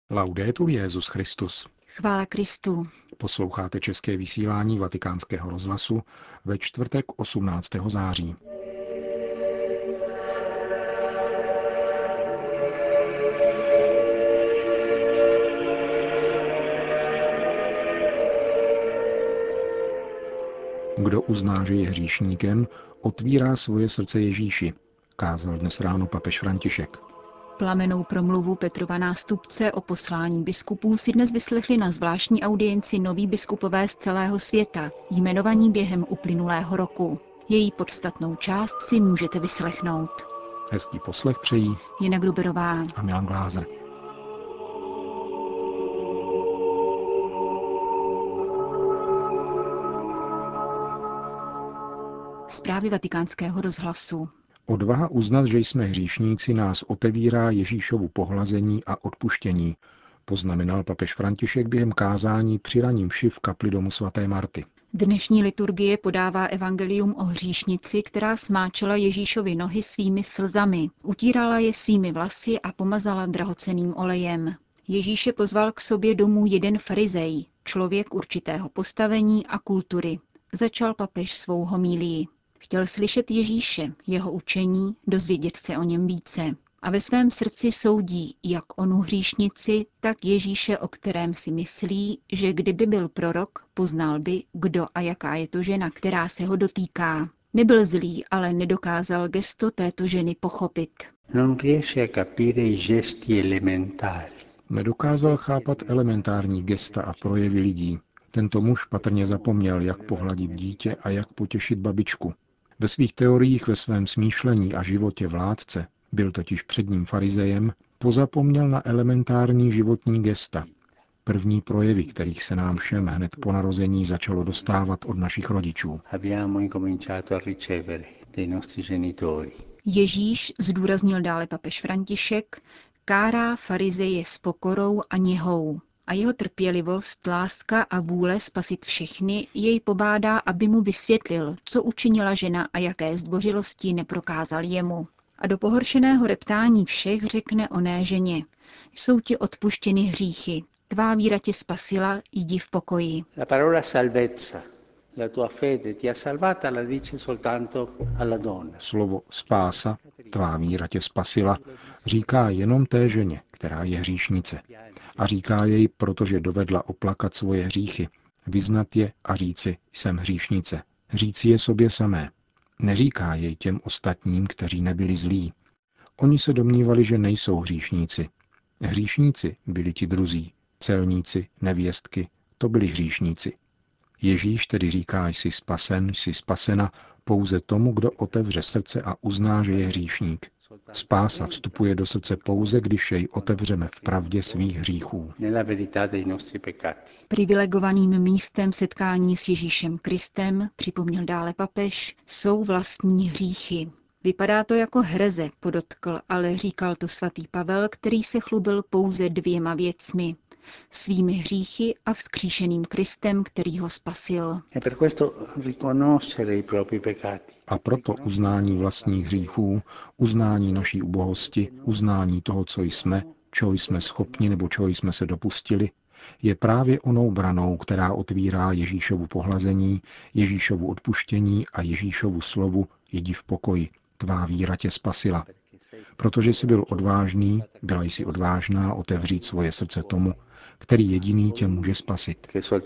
Laudetur Jesus Christus. Chvála Kristu. Posloucháte české vysílání Vatikánského rozhlasu ve čtvrtek 18. září. Kdo uzná, že je hříšníkem, otvírá svoje srdce Ježíši, kázal dnes ráno papež František. Plamennou promluvu Petrova nástupce o poslání biskupů si dnes vyslechli na zvláštní audienci noví biskupové z celého světa, jmenovaní během uplynulého roku. Její podstatnou část si můžete vyslechnout. Hezký poslech přejí Jana Gruberová a Milan Glázer. Zprávy Vatikánského rozhlasu. Odvaha uznat, že jsme hříšníci, nás otevírá Ježíšovu pohlazení a odpuštění, poznamenal papež František během kázání při raní mši v kapli domu svaté Marty. Dnešní liturgie podává evangelium o hříšnici, která smáčela Ježíšovi nohy svými slzami, utírala je svými vlasy a pomazala drahocenným olejem. Ježíše pozval k sobě domů jeden farizej, člověk určitého postavení a kultury. Začal papež svou homílii. Chtěl slyšet Ježíše, jeho učení, dozvědět se o něm více. A ve svém srdci soudí jak onu hříšnici, tak Ježíše, o kterém si myslí, že kdyby byl prorok, poznal by, kdo a jaká je to žena, která se ho dotýká. Nebyl zlý, ale nedokázal gesto této ženy pochopit. Nedokázal chápat elementární gesta a projevy lidí. Tento muž patrně zapomněl, jak pohladit dítě a jak potěšit babičku. Ve svých teoriích, ve svém smýšlení a životě vládce, byl totiž předním farizejem, pozapomněl na elementární životní gesta. První projevy, kterých se nám všem hned po narození začalo dostávat od našich rodičů. Ježíš, zdůraznil dále papež František, kárá farizeje s pokorou a něhou. A jeho trpělivost, láska a vůle spasit všechny jej pobádá, aby mu vysvětlil, co učinila žena a jaké zdvořilosti neprokázal jemu. A do pohoršeného reptání všech řekne oné ženě: jsou ti odpuštěny hříchy, tvá víra tě spasila, jdi v pokoji. Slovo spása, tvá víra tě spasila, říká jenom té ženě, která je hříšnice. A říká jej, protože dovedla oplakat svoje hříchy, vyznat je a říci, jsem hříšnice. Říci je sobě samé. Neříká jej těm ostatním, kteří nebyli zlí. Oni se domnívali, že nejsou hříšníci. Hříšníci byli ti druzí, celníci, nevěstky, to byli hříšníci. Ježíš tedy říká, jsi spasen, jsi spasena pouze tomu, kdo otevře srdce a uzná, že je hříšník. Spása vstupuje do srdce pouze, když jej otevřeme v pravdě svých hříchů. Privilegovaným místem setkání s Ježíšem Kristem, připomněl dále papež, jsou vlastní hříchy. Vypadá to jako hereze, podotkl, ale říkal to svatý Pavel, který se chlubil pouze dvěma věcmi: svými hříchy a vzkříšeným Kristem, který ho spasil. A proto uznání vlastních hříchů, uznání naší ubohosti, uznání toho, co jsme, čeho jsme schopni nebo čeho jsme se dopustili, je právě onou branou, která otvírá Ježíšovu pohlazení, Ježíšovu odpuštění a Ježíšovu slovu jdi v pokoji, tvá víra tě spasila. Protože jsi byl odvážný, byla jsi odvážná otevřít svoje srdce tomu, který jediný tě může spasit.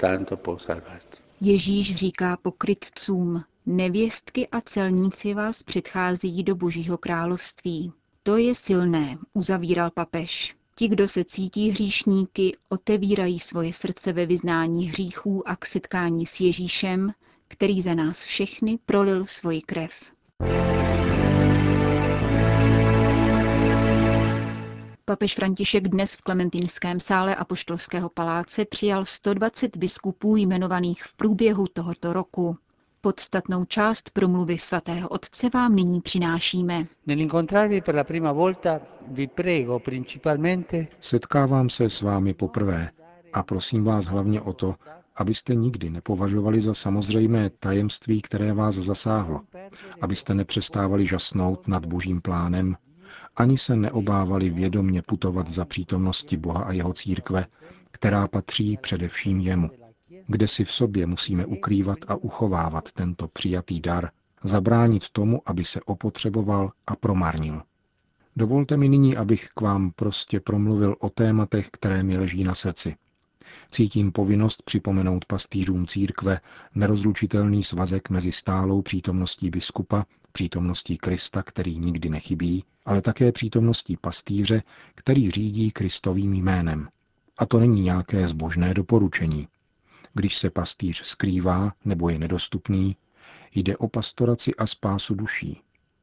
Ježíš říká pokrytcům: nevěstky a celníci vás předchází do Božího království. To je silné, uzavíral papež. Ti, kdo se cítí hříšníky, otevírají svoje srdce ve vyznání hříchů a k setkání s Ježíšem, který za nás všechny prolil svoji krev. Papež František dnes v Klementinském sále Apoštolského paláce přijal 120 biskupů jmenovaných v průběhu tohoto roku. Podstatnou část promluvy svatého otce vám nyní přinášíme. Setkávám se s vámi poprvé a prosím vás hlavně o to, abyste nikdy nepovažovali za samozřejmé tajemství, které vás zasáhlo, abyste nepřestávali žasnout nad Božím plánem, ani se neobávali vědomě putovat za přítomnosti Boha a jeho církve, která patří především jemu. Kde si v sobě musíme ukrývat a uchovávat tento přijatý dar, zabránit tomu, aby se opotřeboval a promarnil. Dovolte mi nyní, abych k vám prostě promluvil o tématech, které mi leží na srdci. Cítím povinnost připomenout pastýřům církve nerozlučitelný svazek mezi stálou přítomností biskupa, přítomností Krista, který nikdy nechybí, ale také přítomností pastýře, který řídí Kristovým jménem. A to není nějaké zbožné doporučení. Když se pastýř skrývá nebo je nedostupný, jde o pastoraci a spásu duší.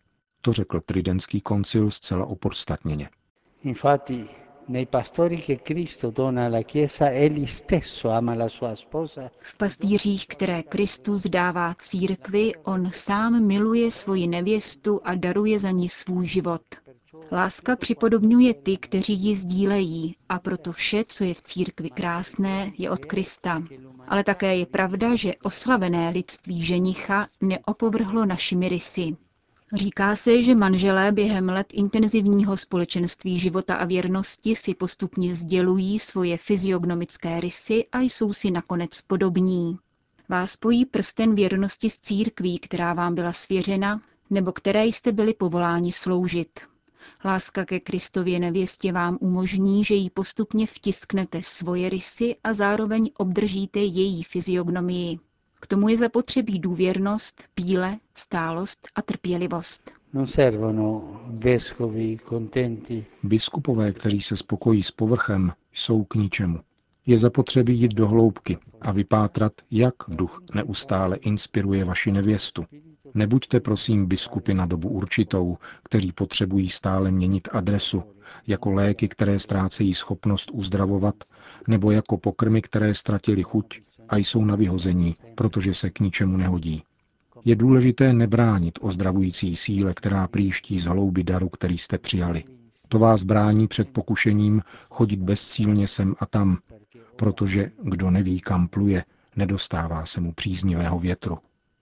To řekl Tridentský koncil zcela opodstatněně. Infatti, nei pastori che Cristo dona alla Chiesa, egli stesso ama la sua sposa. V pastýřích, které Kristus dává církvi, on sám miluje svoji nevěstu a daruje za ní svůj život. Láska připodobňuje ty, kteří ji sdílejí, a proto vše, co je v církvi krásné, je od Krista. Ale také je pravda, že oslavené lidství ženicha neopovrhlo našimi rysy. Říká se, že manželé během let intenzivního společenství života a věrnosti si postupně sdělují svoje fyziognomické rysy a jsou si nakonec podobní. Vás spojí prsten věrnosti s církví, která vám byla svěřena, nebo které jste byli povoláni sloužit. Láska ke Kristově nevěstě vám umožní, že jí postupně vtisknete svoje rysy a zároveň obdržíte její fyziognomii. K tomu je zapotřebí důvěrnost, píle, stálost a trpělivost. Non servono vescovi contenti. Biskupové, kteří se spokojí s povrchem, jsou k ničemu. Je zapotřebí jít do hloubky a vypátrat, jak duch neustále inspiruje vaši nevěstu. Nebuďte prosím biskupy na dobu určitou, kteří potřebují stále měnit adresu, jako léky, které ztrácejí schopnost uzdravovat, nebo jako pokrmy, které ztratili chuť a jsou na vyhození, protože se k ničemu nehodí. Je důležité nebránit ozdravující síle, která příští z hloubi daru, který jste přijali. To vás brání před pokušením chodit bezcílně sem a tam, protože kdo neví, kam pluje, nedostává se mu příznivého větru.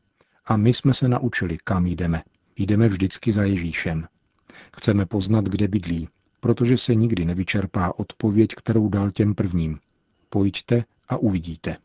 A my jsme se naučili, kam jdeme. Jdeme vždycky za Ježíšem. Chceme poznat, kde bydlí, protože se nikdy nevyčerpá odpověď, kterou dal těm prvním. Pojďte a uvidíte.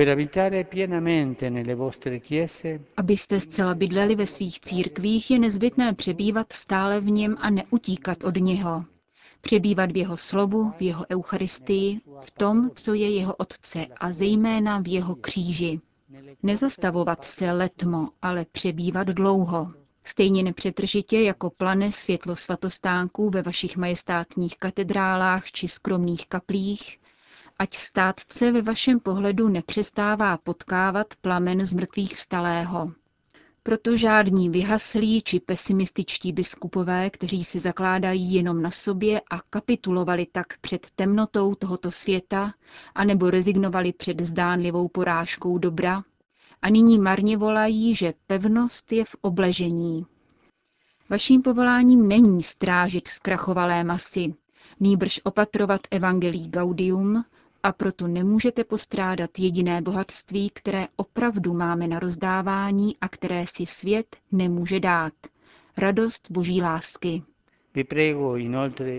Abyste zcela bydleli ve svých církvích, je nezbytné přebývat stále v něm a neutíkat od něho. Přebývat v jeho slovu, v jeho eucharistii, v tom, co je jeho otce a zejména v jeho kříži. Nezastavovat se letmo, ale přebývat dlouho. Stejně nepřetržitě, jako plane světlo svatostánků ve vašich majestátních katedrálách či skromných kaplích, ať státce ve vašem pohledu nepřestává potkávat plamen z mrtvých vstalého. Proto žádní vyhaslí či pesimističtí biskupové, kteří si zakládají jenom na sobě a kapitulovali tak před temnotou tohoto světa, anebo rezignovali před zdánlivou porážkou dobra, a nyní marně volají, že pevnost je v obležení. Vaším povoláním není strážit zkrachovalé masy, nýbrž opatrovat evangelii gaudium, a proto nemůžete postrádat jediné bohatství, které opravdu máme na rozdávání a které si svět nemůže dát. Radost Boží lásky. Vi prego inoltre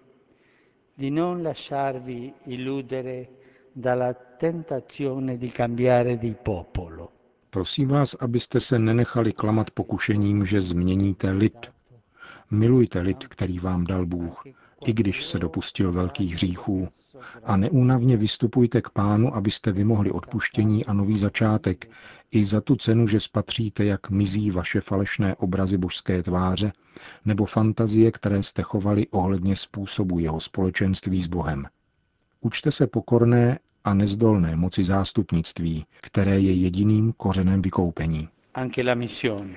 di non lasciarvi illudere dalla tentazione di cambiare di popolo. Prosím vás, abyste se nenechali klamat pokušením, že změníte lid. Milujte lid, který vám dal Bůh, i když se dopustil velkých hříchů. A neúnavně vystupujte k Pánu, abyste vymohli odpuštění a nový začátek, i za tu cenu, že spatříte, jak mizí vaše falešné obrazy božské tváře, nebo fantazie, které jste chovali ohledně způsobu jeho společenství s Bohem. Učte se pokorné a nezdolné moci zástupnictví, které je jediným kořenem vykoupení. Anche la missione,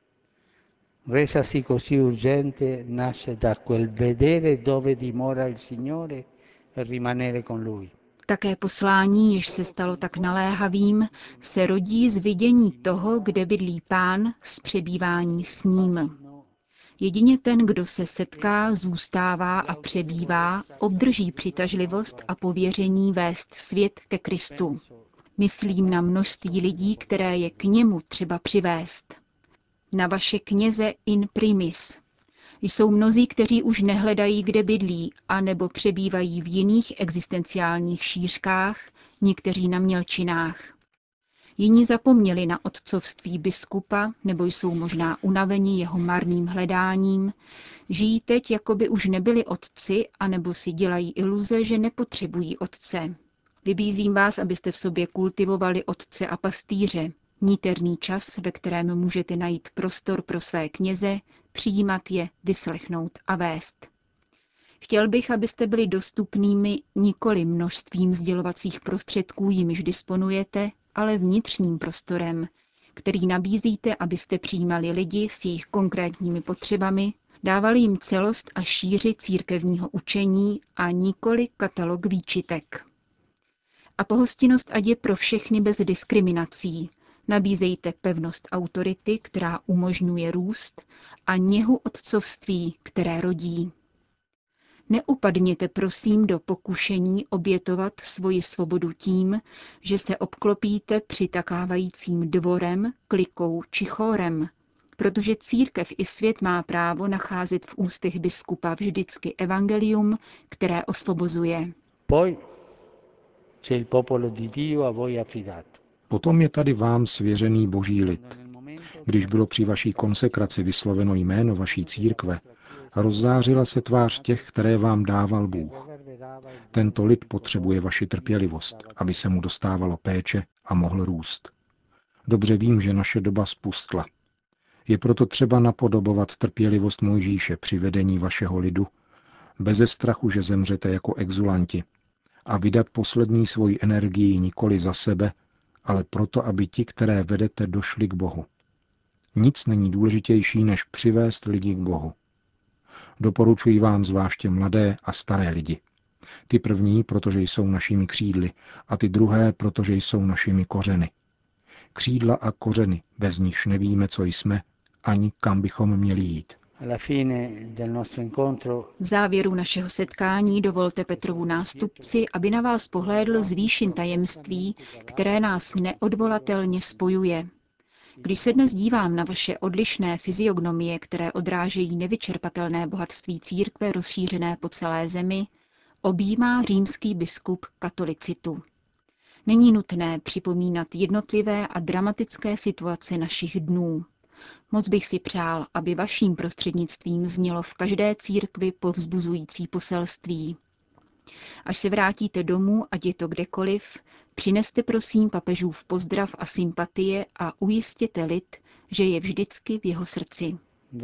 resasi così urgente, nasce da quel vedere dove dimora il Signore e rimanere con Lui. Také poslání, jež se stalo tak naléhavým, se rodí z vidění toho, kde bydlí Pán, z přebývání s ním. Jedině ten, kdo se setká, zůstává a přebývá, obdrží přitažlivost a pověření vést svět ke Kristu. Myslím na množství lidí, které je k němu třeba přivést. Na vaše kněze in primis. Jsou mnozí, kteří už nehledají, kde bydlí, anebo přebývají v jiných existenciálních šířkách, někteří na mělčinách. Jiní zapomněli na otcovství biskupa, nebo jsou možná unaveni jeho marným hledáním, žijí teď, jako by už nebyli otci, anebo si dělají iluze, že nepotřebují otce. Vybízím vás, abyste v sobě kultivovali otce a pastýře, níterný čas, ve kterém můžete najít prostor pro své kněze, přijímat je, vyslechnout a vést. Chtěl bych, abyste byli dostupnými nikoli množstvím sdělovacích prostředků, jimiž disponujete, ale vnitřním prostorem, který nabízíte, abyste přijímali lidi s jejich konkrétními potřebami, dávali jim celost a šíři církevního učení a nikoli katalog výčitek. A pohostinnost ať je pro všechny bez diskriminací. Nabízejte pevnost autority, která umožňuje růst, a něhu otcovství, které rodí. Neupadněte prosím do pokušení obětovat svoji svobodu tím, že se obklopíte přitakávajícím dvorem, klikou či chórem, protože církev i svět má právo nacházet v ústech biskupa vždycky evangelium, které osvobozuje. Potom je tady vám svěřený boží lid. Když bylo při vaší konsekraci vysloveno jméno vaší církve, rozzářila se tvář těch, které vám dával Bůh. Tento lid potřebuje vaši trpělivost, aby se mu dostávalo péče a mohl růst. Dobře vím, že naše doba spustla. Je proto třeba napodobovat trpělivost Mojžíše při vedení vašeho lidu, beze strachu, že zemřete jako exulanti, a vydat poslední svoji energii nikoli za sebe, ale proto, aby ti, které vedete, došli k Bohu. Nic není důležitější, než přivést lidi k Bohu. Doporučuji vám zvláště mladé a staré lidi. Ty první, protože jsou našimi křídly, a ty druhé, protože jsou našimi kořeny. Křídla a kořeny, bez nichž nevíme, co jsme, ani kam bychom měli jít. V závěru našeho setkání dovolte Petrovu nástupci, aby na vás pohlédl z výšin tajemství, které nás neodvolatelně spojuje. Když se dnes dívám na vaše odlišné fyziognomie, které odrážejí nevyčerpatelné bohatství církve rozšířené po celé zemi, objímá římský biskup katolicitu. Není nutné připomínat jednotlivé a dramatické situace našich dnů. Moc bych si přál, aby vaším prostřednictvím znělo v každé církvi povzbuzující poselství. Až se vrátíte domů, ať je to kdekoliv, přineste prosím papežův pozdrav a sympatie a ujistěte lid, že je vždycky v jeho srdci.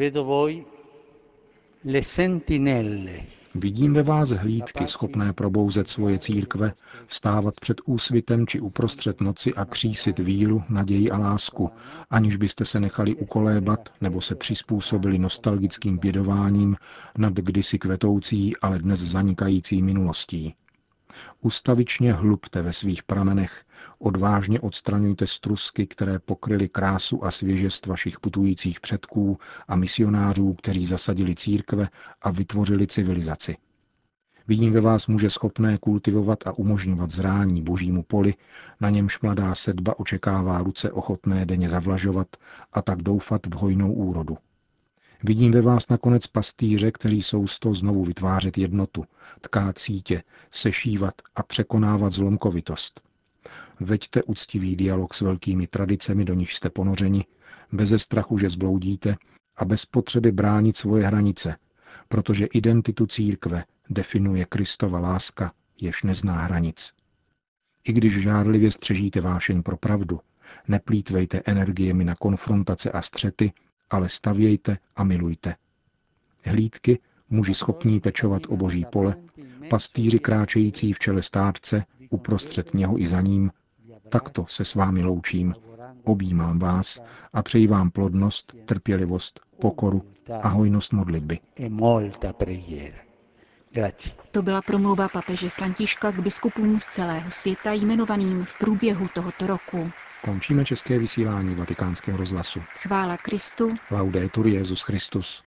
Vidím ve vás hlídky schopné probouzet svoje církve, vstávat před úsvitem či uprostřed noci a křísit víru, naději a lásku, aniž byste se nechali ukolébat nebo se přizpůsobili nostalgickým bědováním nad kdysi kvetoucí, ale dnes zanikající minulostí. Ustavičně hlubte ve svých pramenech, odvážně odstraňujte strusky, které pokryly krásu a svěžest vašich putujících předků a misionářů, kteří zasadili církve a vytvořili civilizaci. Vidím ve vás muže schopné kultivovat a umožňovat zrání božímu poli, na němž mladá sedba očekává ruce ochotné denně zavlažovat a tak doufat v hojnou úrodu. Vidím ve vás nakonec pastýře, kteří jsou sto znovu vytvářet jednotu, tkát sítě, sešívat a překonávat zlomkovitost. Veďte úctivý dialog s velkými tradicemi, do nich jste ponořeni, beze strachu, že zbloudíte, a bez potřeby bránit svoje hranice, protože identitu církve definuje Kristova láska, jež nezná hranic. I když žárlivě střežíte vášeň pro pravdu, neplýtvejte energiemi na konfrontace a střety, ale stavějte a milujte. Hlídky, muži schopní pečovat o boží pole, pastýři kráčející v čele stádce, uprostřed něho i za ním, takto se s vámi loučím, objímám vás a přeji vám plodnost, trpělivost, pokoru a hojnost modlitby. To byla promluva papeže Františka k biskupům z celého světa jmenovaným v průběhu tohoto roku. Končíme české vysílání Vatikánského rozhlasu. Chvála Kristu. Laudetur Jesus Christus.